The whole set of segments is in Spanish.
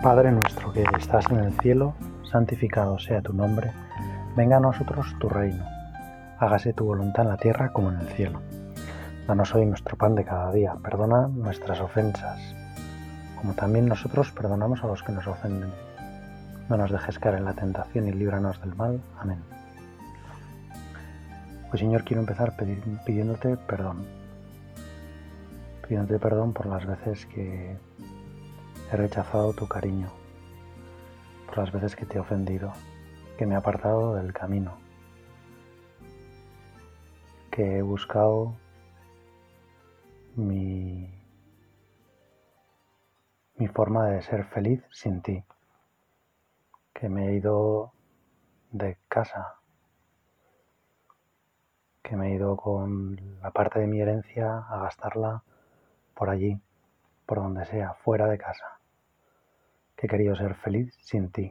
Padre nuestro que estás en el cielo, santificado sea tu nombre, venga a nosotros tu reino, hágase tu voluntad en la tierra como en el cielo. Danos hoy nuestro pan de cada día, perdona nuestras ofensas, como también nosotros perdonamos a los que nos ofenden. No nos dejes caer en la tentación y líbranos del mal. Amén. Pues Señor, quiero empezar pidiéndote perdón por las veces que he rechazado tu cariño, por las veces que te he ofendido, que me he apartado del camino, que he buscado mi forma de ser feliz sin ti, que me he ido de casa, que me he ido con la parte de mi herencia a gastarla por allí, por donde sea, fuera de casa, que he querido ser feliz sin ti.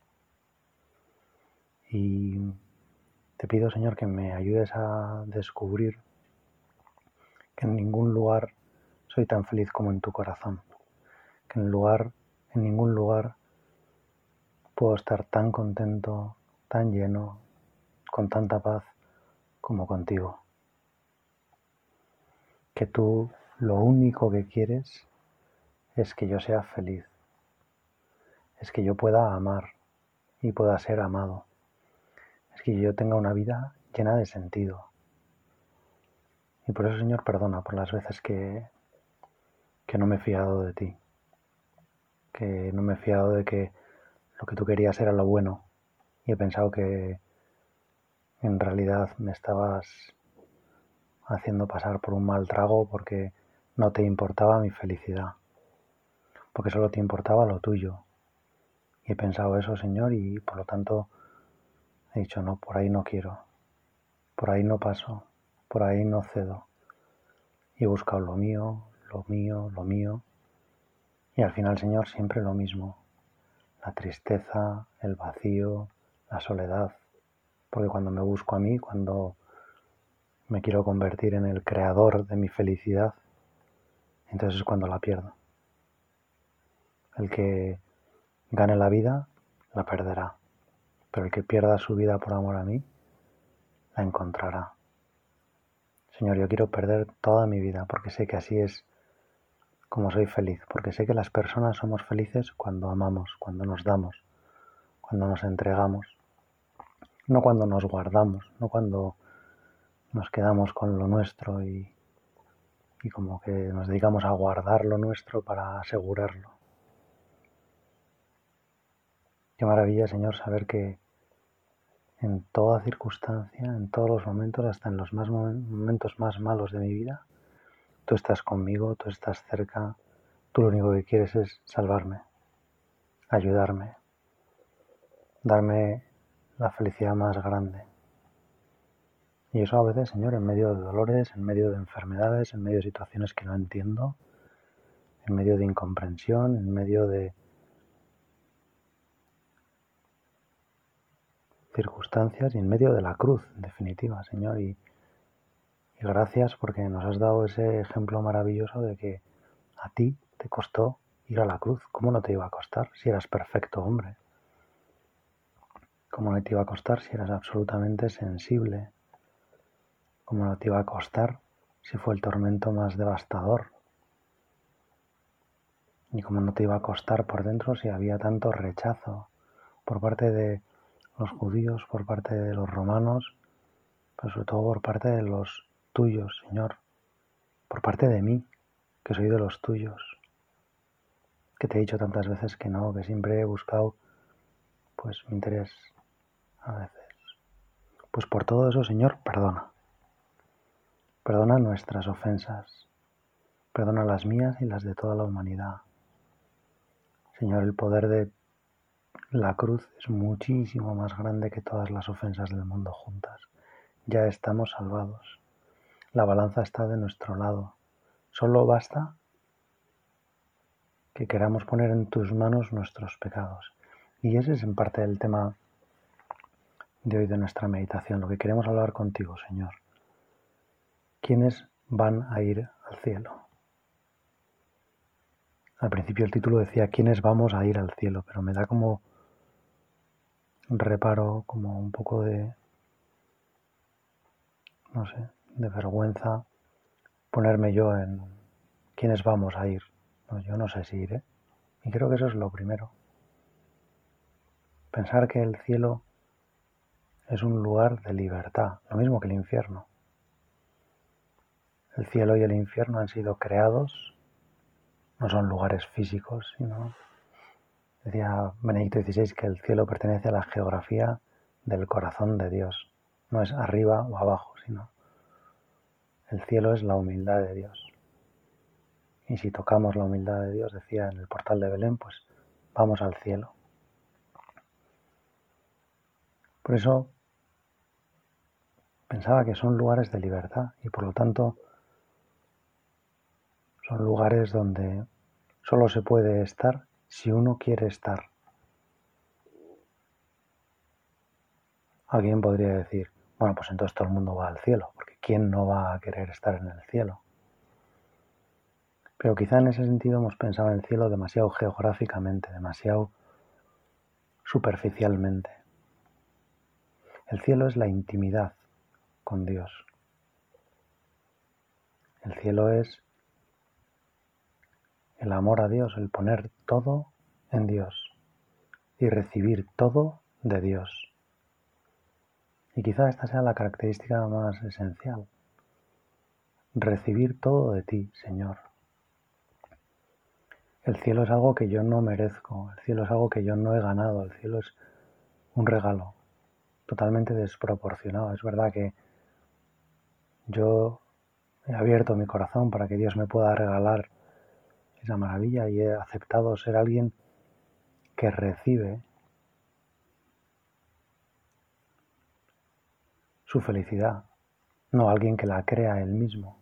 Y te pido, Señor, que me ayudes a descubrir que en ningún lugar soy tan feliz como en tu corazón, que en ningún lugar puedo estar tan contento, tan lleno, con tanta paz como contigo. Que tú lo único que quieres es que yo sea feliz, es que yo pueda amar y pueda ser amado, es que yo tenga una vida llena de sentido. Y por eso, Señor, perdona por las veces que no me he fiado de ti, que no me he fiado de que lo que tú querías era lo bueno y he pensado que en realidad me estabas haciendo pasar por un mal trago porque no te importaba mi felicidad, porque solo te importaba lo tuyo. Y he pensado eso, Señor, y por lo tanto he dicho, no, por ahí no quiero, por ahí no paso, por ahí no cedo. Y he buscado lo mío, lo mío, lo mío. Y al final, Señor, siempre lo mismo. La tristeza, el vacío, la soledad. Porque cuando me busco a mí, cuando me quiero convertir en el creador de mi felicidad, entonces es cuando la pierdo. El que gane la vida, la perderá. Pero el que pierda su vida por amor a mí, la encontrará. Señor, yo quiero perder toda mi vida porque sé que así es como soy feliz, porque sé que las personas somos felices cuando amamos, cuando nos damos, cuando nos entregamos, no cuando nos guardamos, no cuando nos quedamos con lo nuestro y como que nos dedicamos a guardar lo nuestro para asegurarlo. Qué maravilla, Señor, saber que en toda circunstancia, en todos los momentos, hasta en los momentos más malos de mi vida, tú estás conmigo, tú estás cerca, tú lo único que quieres es salvarme, ayudarme, darme la felicidad más grande. Y eso a veces, Señor, en medio de dolores, en medio de enfermedades, en medio de situaciones que no entiendo, en medio de incomprensión, en medio de circunstancias y en medio de la cruz, en definitiva, Señor. Y gracias porque nos has dado ese ejemplo maravilloso de que a ti te costó ir a la cruz. ¿Cómo no te iba a costar si eras perfecto hombre? ¿Cómo no te iba a costar si eras absolutamente sensible? ¿Cómo no te iba a costar si fue el tormento más devastador? ¿Y cómo no te iba a costar por dentro si había tanto rechazo por parte de los judíos, por parte de los romanos, pero sobre todo por parte de los tuyos, Señor, por parte de mí, que soy de los tuyos, que te he dicho tantas veces que no, que siempre he buscado pues mi interés a veces. Pues por todo eso, Señor, perdona. Perdona nuestras ofensas, perdona las mías y las de toda la humanidad. Señor, el poder de la cruz es muchísimo más grande que todas las ofensas del mundo juntas. Ya estamos salvados. La balanza está de nuestro lado. Solo basta que queramos poner en tus manos nuestros pecados. Y ese es en parte el tema de hoy de nuestra meditación, lo que queremos hablar contigo, Señor. ¿Quiénes van a ir al cielo? Al principio el título decía ¿quiénes vamos a ir al cielo? Pero me da como un reparo, como un poco de, no sé, de vergüenza ponerme yo en quiénes vamos a ir. No, yo no sé si iré. Y creo que eso es lo primero. Pensar que el cielo es un lugar de libertad, lo mismo que el infierno. El cielo y el infierno han sido creados, no son lugares físicos, sino, decía Benedicto XVI, que el cielo pertenece a la geografía del corazón de Dios. No es arriba o abajo, sino el cielo es la humildad de Dios. Y si tocamos la humildad de Dios, decía en el portal de Belén, pues vamos al cielo. Por eso pensaba que son lugares de libertad y por lo tanto son lugares donde solo se puede estar si uno quiere estar. Alguien podría decir, bueno, pues entonces todo el mundo va al cielo, porque ¿quién no va a querer estar en el cielo? Pero quizá en ese sentido hemos pensado en el cielo demasiado geográficamente, demasiado superficialmente. El cielo es la intimidad con Dios. El cielo es el amor a Dios, el poner todo en Dios y recibir todo de Dios. Y quizá esta sea la característica más esencial. Recibir todo de ti, Señor. El cielo es algo que yo no merezco, el cielo es algo que yo no he ganado, el cielo es un regalo totalmente desproporcionado. Es verdad que yo he abierto mi corazón para que Dios me pueda regalar esa maravilla y he aceptado ser alguien que recibe su felicidad, no alguien que la crea él mismo.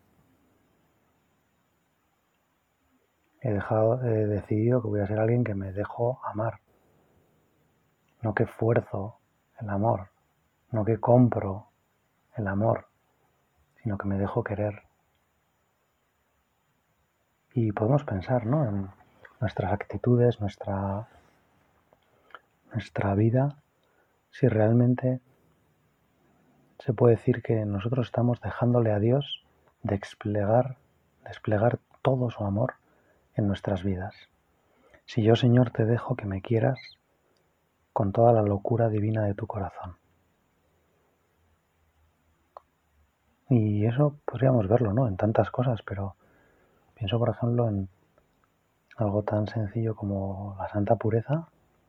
He decidido que voy a ser alguien que me dejo amar, no que fuerzo el amor, no que compro el amor, sino que me dejo querer. Y podemos pensar, ¿no?, en nuestras actitudes, nuestra vida, si realmente se puede decir que nosotros estamos dejándole a Dios desplegar todo su amor en nuestras vidas. Si yo, Señor, te dejo que me quieras con toda la locura divina de tu corazón. Y eso podríamos verlo, ¿no?, en tantas cosas, pero pienso, por ejemplo, en algo tan sencillo como la santa pureza,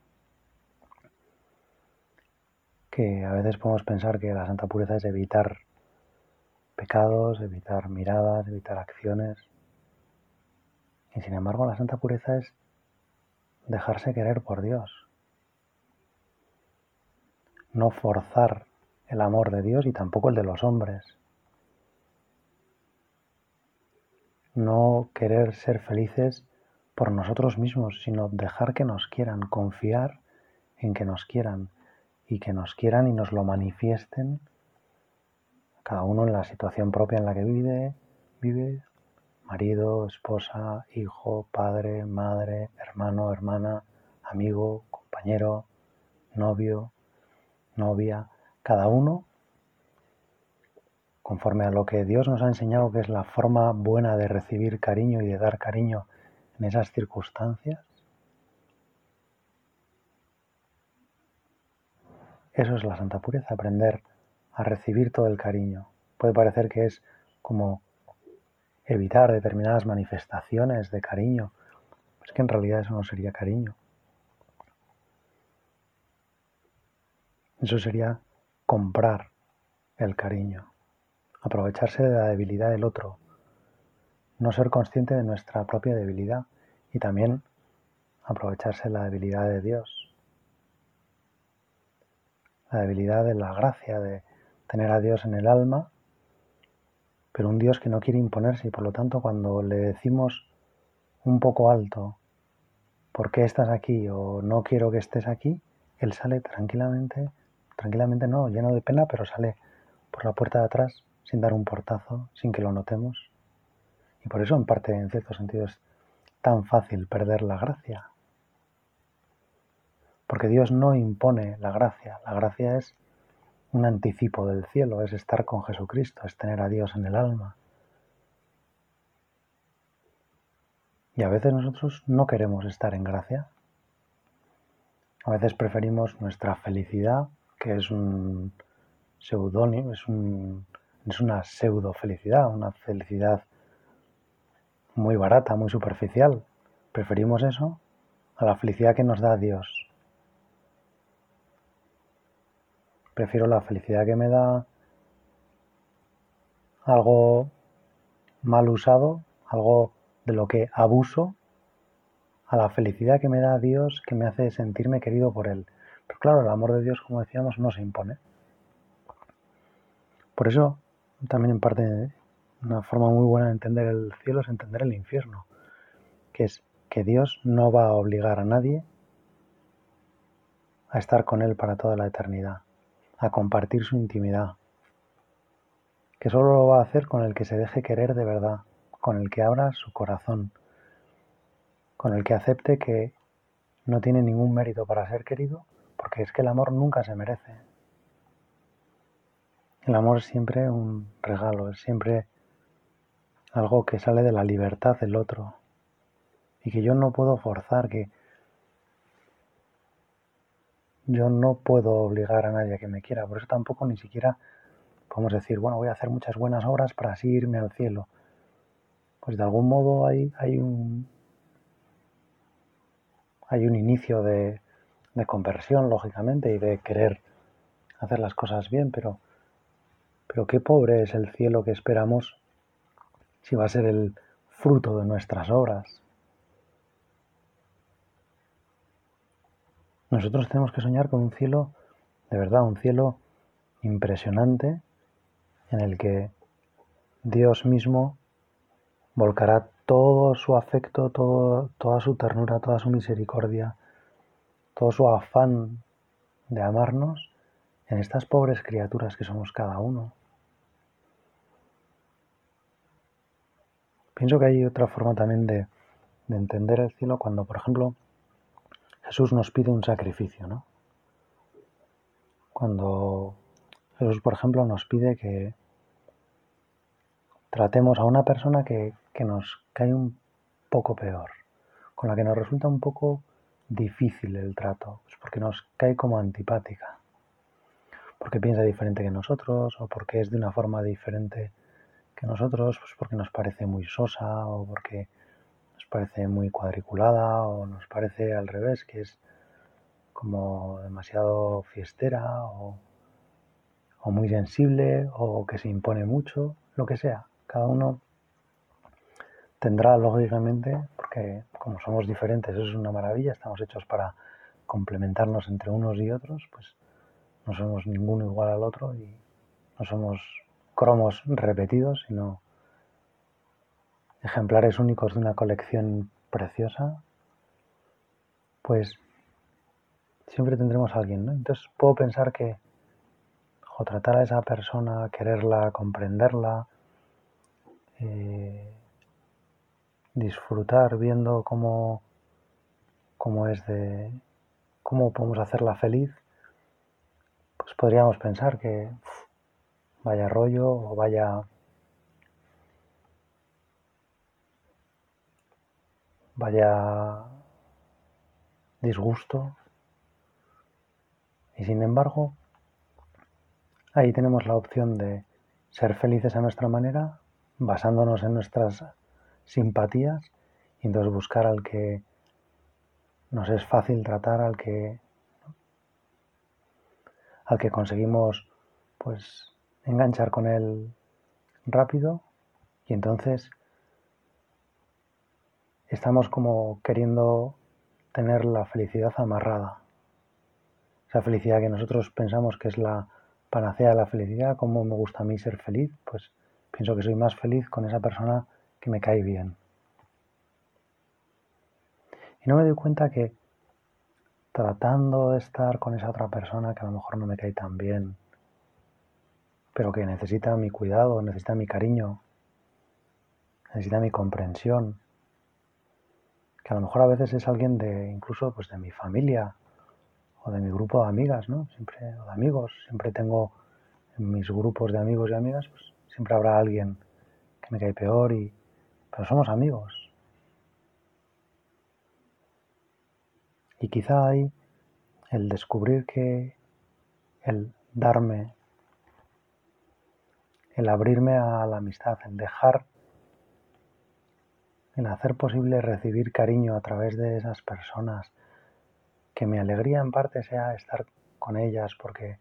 que a veces podemos pensar que la santa pureza es evitar pecados, evitar miradas, evitar acciones. Y sin embargo, la santa pureza es dejarse querer por Dios. No forzar el amor de Dios y tampoco el de los hombres. No querer ser felices por nosotros mismos, sino dejar que nos quieran, confiar en que nos quieran y que nos quieran y nos lo manifiesten, cada uno en la situación propia en la que vive, marido, esposa, hijo, padre, madre, hermano, hermana, amigo, compañero, novio, novia, cada uno conforme a lo que Dios nos ha enseñado que es la forma buena de recibir cariño y de dar cariño en esas circunstancias. Eso es la santa pureza, aprender a recibir todo el cariño. Puede parecer que es como evitar determinadas manifestaciones de cariño, pero es que en realidad eso no sería cariño. Eso sería comprar el cariño, aprovecharse de la debilidad del otro, no ser consciente de nuestra propia debilidad y también aprovecharse de la debilidad de Dios, la debilidad de la gracia, de tener a Dios en el alma, pero un Dios que no quiere imponerse y por lo tanto cuando le decimos un poco alto, ¿por qué estás aquí? O no quiero que estés aquí, Él sale tranquilamente no, lleno de pena, pero sale por la puerta de atrás sin dar un portazo, sin que lo notemos. Y por eso en parte, en cierto sentido, es tan fácil perder la gracia. Porque Dios no impone la gracia es un anticipo del cielo, es estar con Jesucristo, es tener a Dios en el alma. Y a veces nosotros no queremos estar en gracia. A veces preferimos nuestra felicidad, que es un seudónimo, es una pseudo felicidad, una felicidad muy barata, muy superficial. Preferimos eso a la felicidad que nos da Dios. Prefiero la felicidad que me da algo mal usado, algo de lo que abuso, a la felicidad que me da Dios, que me hace sentirme querido por Él. Pero claro, el amor de Dios, como decíamos, no se impone. Por eso, también en parte, una forma muy buena de entender el cielo es entender el infierno, que es que Dios no va a obligar a nadie a estar con Él para toda la eternidad, a compartir su intimidad, que solo lo va a hacer con el que se deje querer de verdad, con el que abra su corazón, con el que acepte que no tiene ningún mérito para ser querido, porque es que el amor nunca se merece. El amor es siempre un regalo, es siempre algo que sale de la libertad del otro y que yo no puedo forzar, que yo no puedo obligar a nadie a que me quiera. Por eso tampoco ni siquiera podemos decir, bueno, voy a hacer muchas buenas obras para así irme al cielo. Pues de algún modo hay un inicio de conversión, lógicamente, y de querer hacer las cosas bien, pero qué pobre es el cielo que esperamos si va a ser el fruto de nuestras obras. Nosotros tenemos que soñar con un cielo, de verdad, un cielo impresionante en el que Dios mismo volcará todo su afecto, toda su ternura, toda su misericordia, todo su afán de amarnos en estas pobres criaturas que somos cada uno. Pienso que hay otra forma también de entender el cielo cuando, por ejemplo, Jesús nos pide un sacrificio, ¿no? Cuando Jesús, por ejemplo, nos pide que tratemos a una persona que nos cae un poco peor, con la que nos resulta un poco difícil el trato, pues porque nos cae como antipática, porque piensa diferente que nosotros, o porque es de una forma diferente que nosotros, pues porque nos parece muy sosa, o porque nos parece muy cuadriculada, o nos parece al revés, que es como demasiado fiestera, o muy sensible, o que se impone mucho, lo que sea. Cada uno tendrá, lógicamente, porque como somos diferentes, eso es una maravilla, estamos hechos para complementarnos entre unos y otros, pues no somos ninguno igual al otro y no somos cromos repetidos, sino ejemplares únicos de una colección preciosa, pues siempre tendremos a alguien, ¿no? Entonces puedo pensar que tratar a esa persona, quererla, comprenderla, disfrutar viendo cómo cómo podemos hacerla feliz, pues podríamos pensar que vaya rollo o vaya disgusto. Y sin embargo, ahí tenemos la opción de ser felices a nuestra manera, basándonos en nuestras simpatías, y entonces buscar al que nos es fácil tratar, al que conseguimos pues enganchar con él rápido, y entonces estamos como queriendo tener la felicidad amarrada. Esa felicidad que nosotros pensamos que es la panacea de la felicidad, como me gusta a mí ser feliz, pues pienso que soy más feliz con esa persona que me cae bien. Y no me doy cuenta que tratando de estar con esa otra persona que a lo mejor no me cae tan bien, pero que necesita mi cuidado, necesita mi cariño, necesita mi comprensión, que a lo mejor a veces es alguien incluso pues de mi familia o de mi grupo de amigas, ¿no? Siempre, o de amigos, siempre tengo en mis grupos de amigos y amigas, pues siempre habrá alguien que me cae peor, pero somos amigos. Y quizá hay el descubrir que el darme, el abrirme a la amistad, el hacer posible recibir cariño a través de esas personas, que mi alegría en parte sea estar con ellas, porque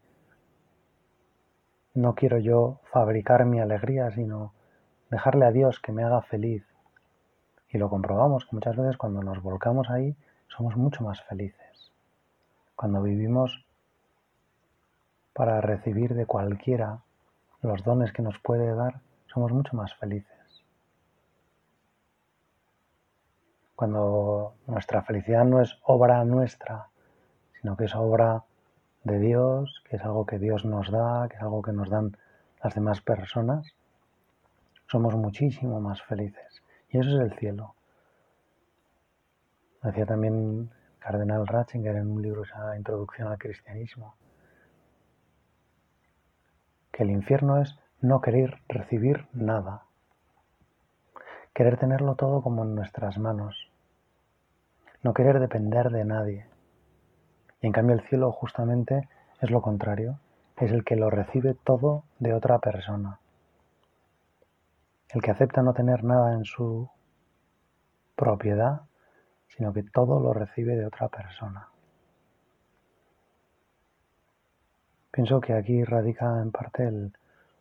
no quiero yo fabricar mi alegría, sino dejarle a Dios que me haga feliz. Y lo comprobamos, que muchas veces cuando nos volcamos ahí somos mucho más felices. Cuando vivimos para recibir de cualquiera los dones que nos puede dar, somos mucho más felices. Cuando nuestra felicidad no es obra nuestra, sino que es obra de Dios, que es algo que Dios nos da, que es algo que nos dan las demás personas, somos muchísimo más felices. Y eso es el cielo. Decía también el cardenal Ratzinger en un libro, esa introducción al cristianismo, que el infierno es no querer recibir nada, querer tenerlo todo como en nuestras manos, no querer depender de nadie. Y en cambio el cielo justamente es lo contrario, es el que lo recibe todo de otra persona, el que acepta no tener nada en su propiedad, sino que todo lo recibe de otra persona. Pienso que aquí radica en parte el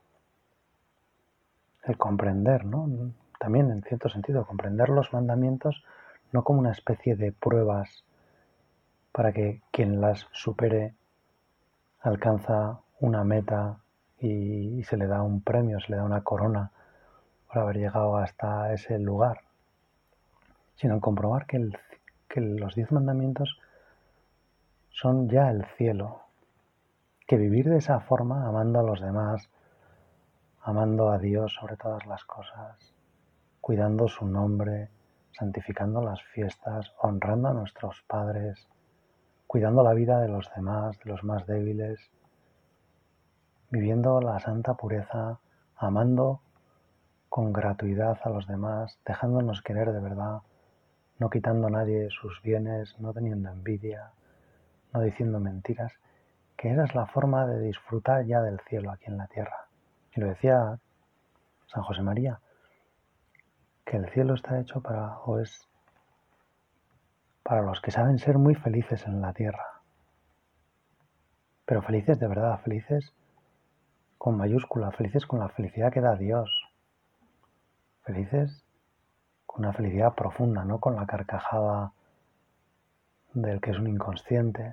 comprender, ¿no? También en cierto sentido, comprender los mandamientos no como una especie de pruebas para que quien las supere alcanza una meta y se le da un premio, se le da una corona por haber llegado hasta ese lugar, sino en comprobar que los 10 mandamientos son ya el cielo, que vivir de esa forma, amando a los demás, amando a Dios sobre todas las cosas, cuidando su nombre, santificando las fiestas, honrando a nuestros padres, cuidando la vida de los demás, de los más débiles, viviendo la santa pureza, amando con gratuidad a los demás, dejándonos querer de verdad, no quitando a nadie sus bienes, no teniendo envidia, no diciendo mentiras, que esa es la forma de disfrutar ya del cielo aquí en la tierra. Y lo decía San José María, que el cielo está hecho o es para los que saben ser muy felices en la tierra, pero felices de verdad, felices con mayúscula, felices con la felicidad que da Dios, felices con una felicidad profunda, no con la carcajada del que es un inconsciente,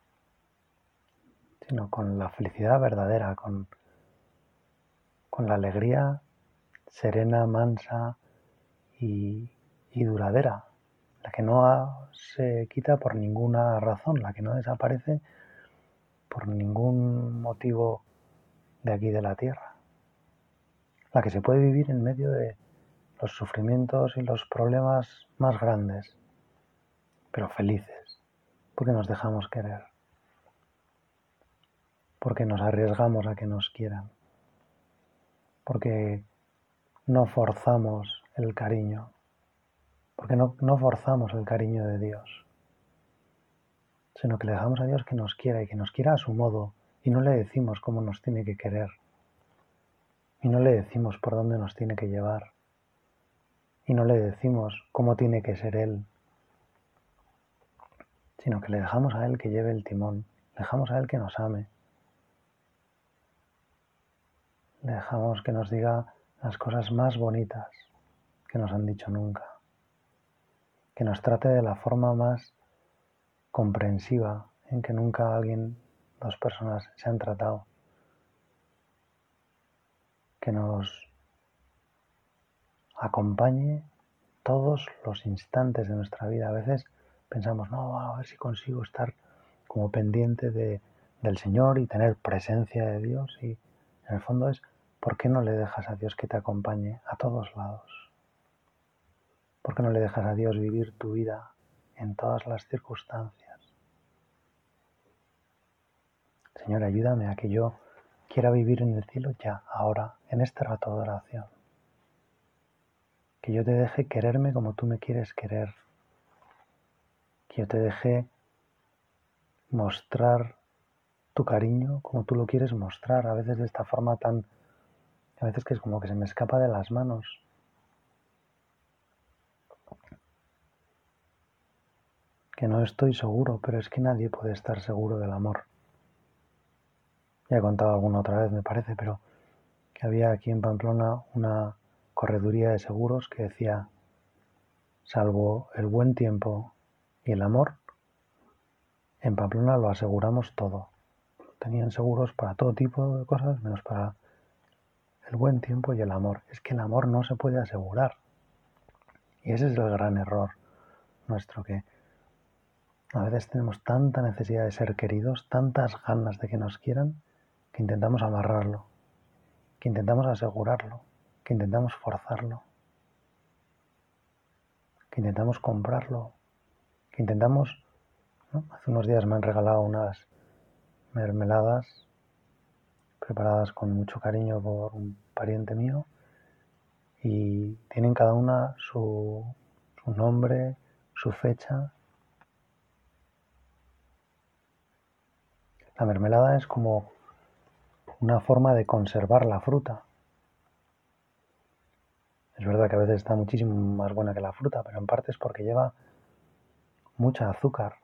sino con la felicidad verdadera, con la alegría serena, mansa y duradera, la que no se quita por ninguna razón, la que no desaparece por ningún motivo de aquí de la tierra, la que se puede vivir en medio de los sufrimientos y los problemas más grandes, pero felices, porque nos dejamos querer, porque nos arriesgamos a que nos quieran, porque no forzamos el cariño, porque no forzamos el cariño de Dios, sino que le dejamos a Dios que nos quiera y que nos quiera a su modo, y no le decimos cómo nos tiene que querer, y no le decimos por dónde nos tiene que llevar, y no le decimos cómo tiene que ser Él, sino que le dejamos a Él que lleve el timón, le dejamos a Él que nos ame, le dejamos que nos diga las cosas más bonitas que nos han dicho nunca, que nos trate de la forma más comprensiva en que nunca dos personas se han tratado, que nos acompañe todos los instantes de nuestra vida. A veces pensamos, no, a ver si consigo estar como pendiente del Señor y tener presencia de Dios, y en el fondo es, ¿por qué no le dejas a Dios que te acompañe a todos lados? ¿Por qué no le dejas a Dios vivir tu vida en todas las circunstancias? Señor, ayúdame a que yo quiera vivir en el cielo ya, ahora, en este rato de oración. Que yo te deje quererme como tú me quieres querer. Que yo te deje mostrar tu cariño como tú lo quieres mostrar, a veces de esta forma a veces que es como que se me escapa de las manos. Que no estoy seguro, pero es que nadie puede estar seguro del amor. Ya he contado alguna otra vez, me parece, pero que había aquí en Pamplona una correduría de seguros que decía, salvo el buen tiempo y el amor, en Pamplona lo aseguramos todo. Tenían seguros para todo tipo de cosas, menos para el buen tiempo y el amor. Es que el amor no se puede asegurar. Y ese es el gran error nuestro, que a veces tenemos tanta necesidad de ser queridos, tantas ganas de que nos quieran, que intentamos amarrarlo, que intentamos asegurarlo, que intentamos forzarlo, que intentamos comprarlo, que intentamos, ¿no? Hace unos días me han regalado unas mermeladas preparadas con mucho cariño por un pariente mío y tienen cada una su nombre, su fecha. La mermelada es como una forma de conservar la fruta. Es verdad que a veces está muchísimo más buena que la fruta, pero en parte es porque lleva mucha azúcar,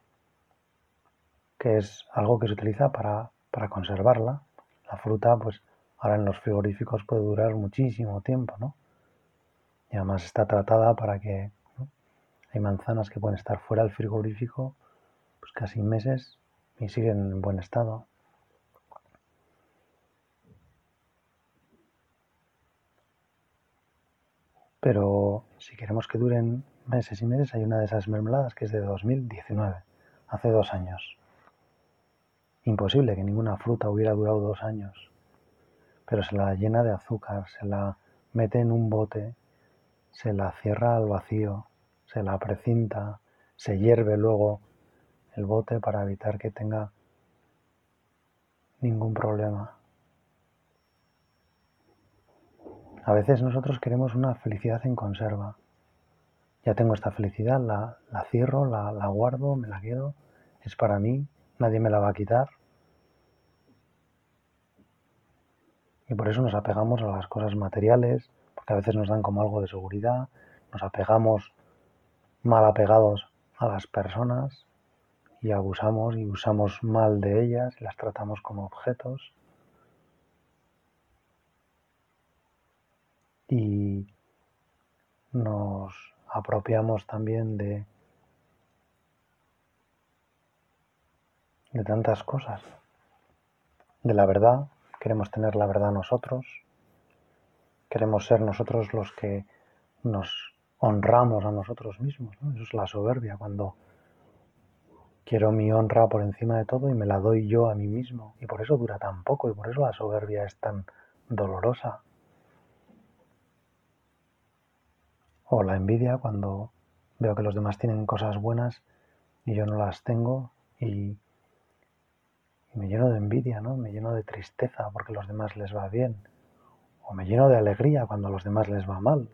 que es algo que se utiliza para conservarla. La fruta, pues ahora en los frigoríficos puede durar muchísimo tiempo, ¿no? Y además está tratada para que, ¿no? Hay manzanas que pueden estar fuera del frigorífico pues casi meses y siguen en buen estado. Pero si queremos que duren meses y meses, hay una de esas mermeladas que es de 2019, hace 2 años. Imposible que ninguna fruta hubiera durado 2 años, pero se la llena de azúcar, se la mete en un bote, se la cierra al vacío, se la precinta, se hierve luego el bote para evitar que tenga ningún problema. A veces nosotros queremos una felicidad en conserva. Ya tengo esta felicidad, la cierro, la guardo, me la quedo, es para mí, nadie me la va a quitar. Y por eso nos apegamos a las cosas materiales, porque a veces nos dan como algo de seguridad, nos apegamos mal apegados a las personas y abusamos y usamos mal de ellas y las tratamos como objetos. Y nos apropiamos también de tantas cosas. De la verdad, queremos tener la verdad nosotros, queremos ser nosotros los que nos honramos a nosotros mismos, ¿no? Eso es la soberbia, cuando quiero mi honra por encima de todo y me la doy yo a mí mismo. Y por eso dura tan poco y por eso la soberbia es tan dolorosa. O la envidia, cuando veo que los demás tienen cosas buenas y yo no las tengo y me lleno de envidia, ¿no? Me lleno de tristeza porque a los demás les va bien. O me lleno de alegría cuando a los demás les va mal.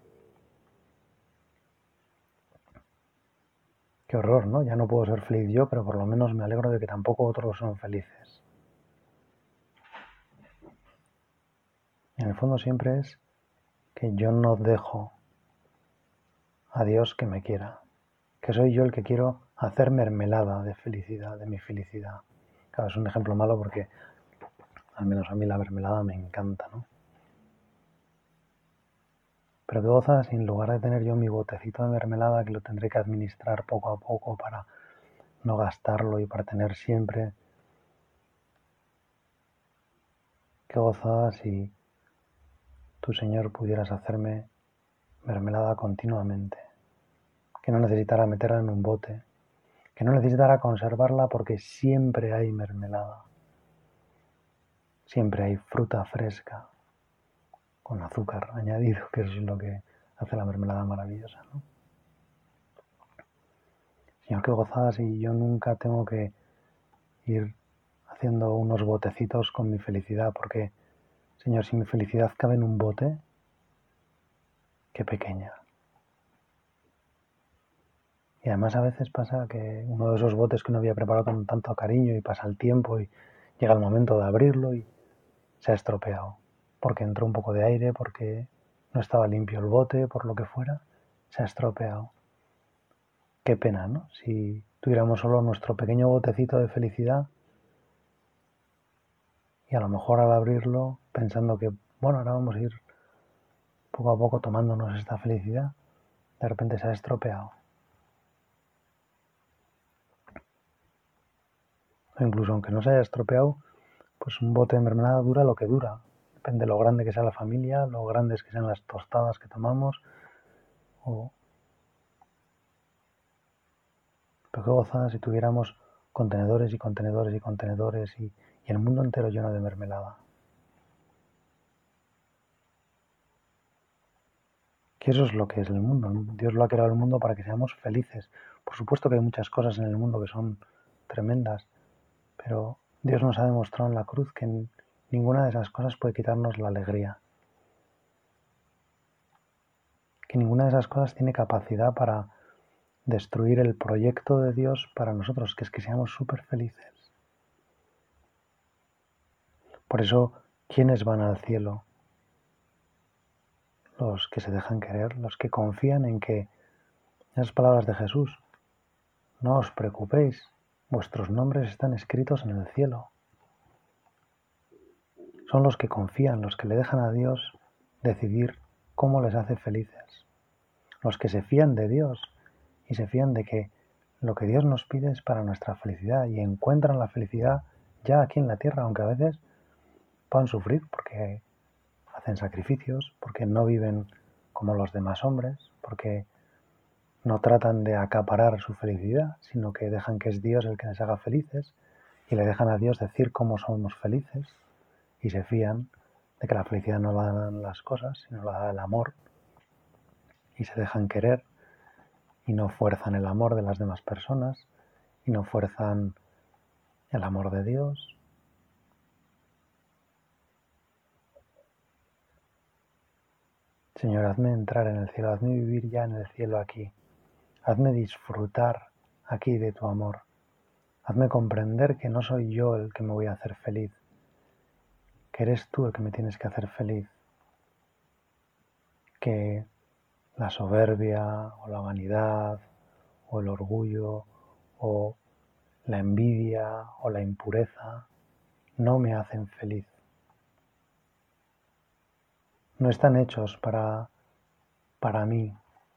Qué horror, ¿no? Ya no puedo ser feliz yo, pero por lo menos me alegro de que tampoco otros son felices. Y en el fondo siempre es que yo no dejo a Dios que me quiera, que soy yo el que quiero hacer mermelada de felicidad, de mi felicidad. Claro, es un ejemplo malo porque al menos a mí la mermelada me encanta, ¿no? Pero qué goza si en lugar de tener yo mi botecito de mermelada que lo tendré que administrar poco a poco para no gastarlo y para tener siempre. Qué gozada si tú, Señor, pudieras hacerme mermelada continuamente, que no necesitara meterla en un bote, que no necesitara conservarla porque siempre hay mermelada, siempre hay fruta fresca con azúcar añadido, que es lo que hace la mermelada maravillosa, ¿no? Señor, qué gozada si yo nunca tengo que ir haciendo unos botecitos con mi felicidad, porque, Señor, si mi felicidad cabe en un bote, qué pequeña. Y además a veces pasa que uno de esos botes que uno había preparado con tanto cariño y pasa el tiempo y llega el momento de abrirlo y se ha estropeado, porque entró un poco de aire, porque no estaba limpio el bote, por lo que fuera, se ha estropeado. Qué pena, ¿no? Si tuviéramos solo nuestro pequeño botecito de felicidad y a lo mejor al abrirlo, pensando que, bueno, ahora vamos a ir poco a poco tomándonos esta felicidad, de repente se ha estropeado. O incluso aunque no se haya estropeado, pues un bote de mermelada dura lo que dura. Depende de lo grande que sea la familia, lo grandes que sean las tostadas que tomamos. Pero qué gozada si tuviéramos contenedores y contenedores y contenedores y el mundo entero lleno de mermelada. Que eso es lo que es el mundo. Dios lo ha creado el mundo para que seamos felices. Por supuesto que hay muchas cosas en el mundo que son tremendas, pero Dios nos ha demostrado en la cruz que ninguna de esas cosas puede quitarnos la alegría. Que ninguna de esas cosas tiene capacidad para destruir el proyecto de Dios para nosotros, que es que seamos súper felices. Por eso, ¿quiénes van al cielo? Los que se dejan querer, los que confían en que esas palabras de Jesús, no os preocupéis, vuestros nombres están escritos en el cielo. Son los que confían, los que le dejan a Dios decidir cómo les hace felices. Los que se fían de Dios y se fían de que lo que Dios nos pide es para nuestra felicidad y encuentran la felicidad ya aquí en la tierra, aunque a veces puedan sufrir porque hacen sacrificios, porque no viven como los demás hombres, porque no tratan de acaparar su felicidad, sino que dejan que es Dios el que les haga felices y le dejan a Dios decir cómo somos felices y se fían de que la felicidad no la dan las cosas, sino la da el amor y se dejan querer y no fuerzan el amor de las demás personas y no fuerzan el amor de Dios. Señor, hazme entrar en el cielo, hazme vivir ya en el cielo aquí. Hazme disfrutar aquí de tu amor. Hazme comprender que no soy yo el que me voy a hacer feliz, que eres tú el que me tienes que hacer feliz. Que la soberbia o la vanidad o el orgullo o la envidia o la impureza no me hacen feliz. No están hechos para mí.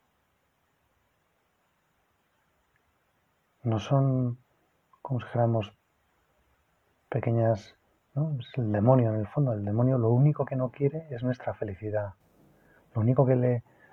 No son como si dijéramos pequeñas, ¿no? Es el demonio en el fondo. El demonio lo único que no quiere es nuestra felicidad. Lo único que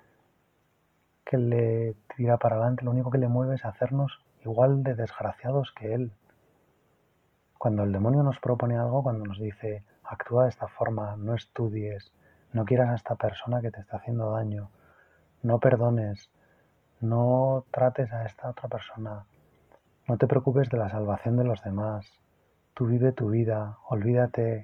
le tira para adelante, lo único que le mueve es hacernos igual de desgraciados que él. Cuando el demonio nos propone algo, cuando nos dice, actúa de esta forma, no estudies, no quieras a esta persona que te está haciendo daño, no perdones, no trates a esta otra persona, no te preocupes de la salvación de los demás, tú vive tu vida, olvídate.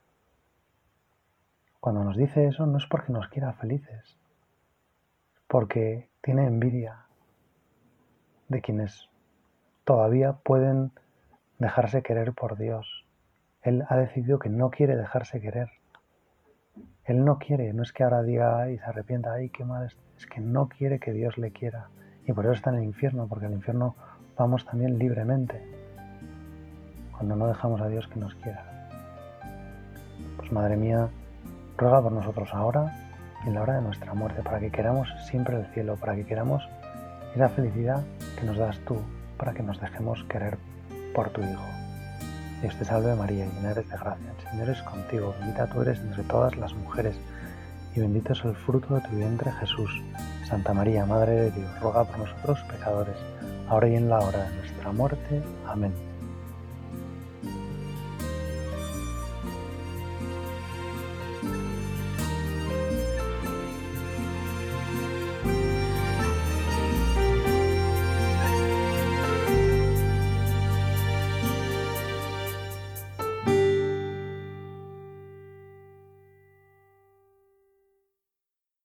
Cuando nos dice eso no es porque nos quiera felices, porque tiene envidia de quienes todavía pueden dejarse querer por Dios. Él ha decidido que no quiere dejarse querer. Él no quiere, no es que ahora diga y se arrepienta, ay, qué mal, es que no quiere que Dios le quiera. Y por eso está en el infierno, porque al infierno vamos también libremente, cuando no dejamos a Dios que nos quiera. Pues Madre mía, ruega por nosotros ahora y en la hora de nuestra muerte, para que queramos siempre el cielo, para que queramos esa felicidad que nos das tú, para que nos dejemos querer por tu Hijo. Dios te salve María, llena eres de gracia, el Señor es contigo, bendita tú eres entre todas las mujeres, y bendito es el fruto de tu vientre Jesús. Santa María, Madre de Dios, ruega por nosotros pecadores, ahora y en la hora de nuestra muerte. Amén.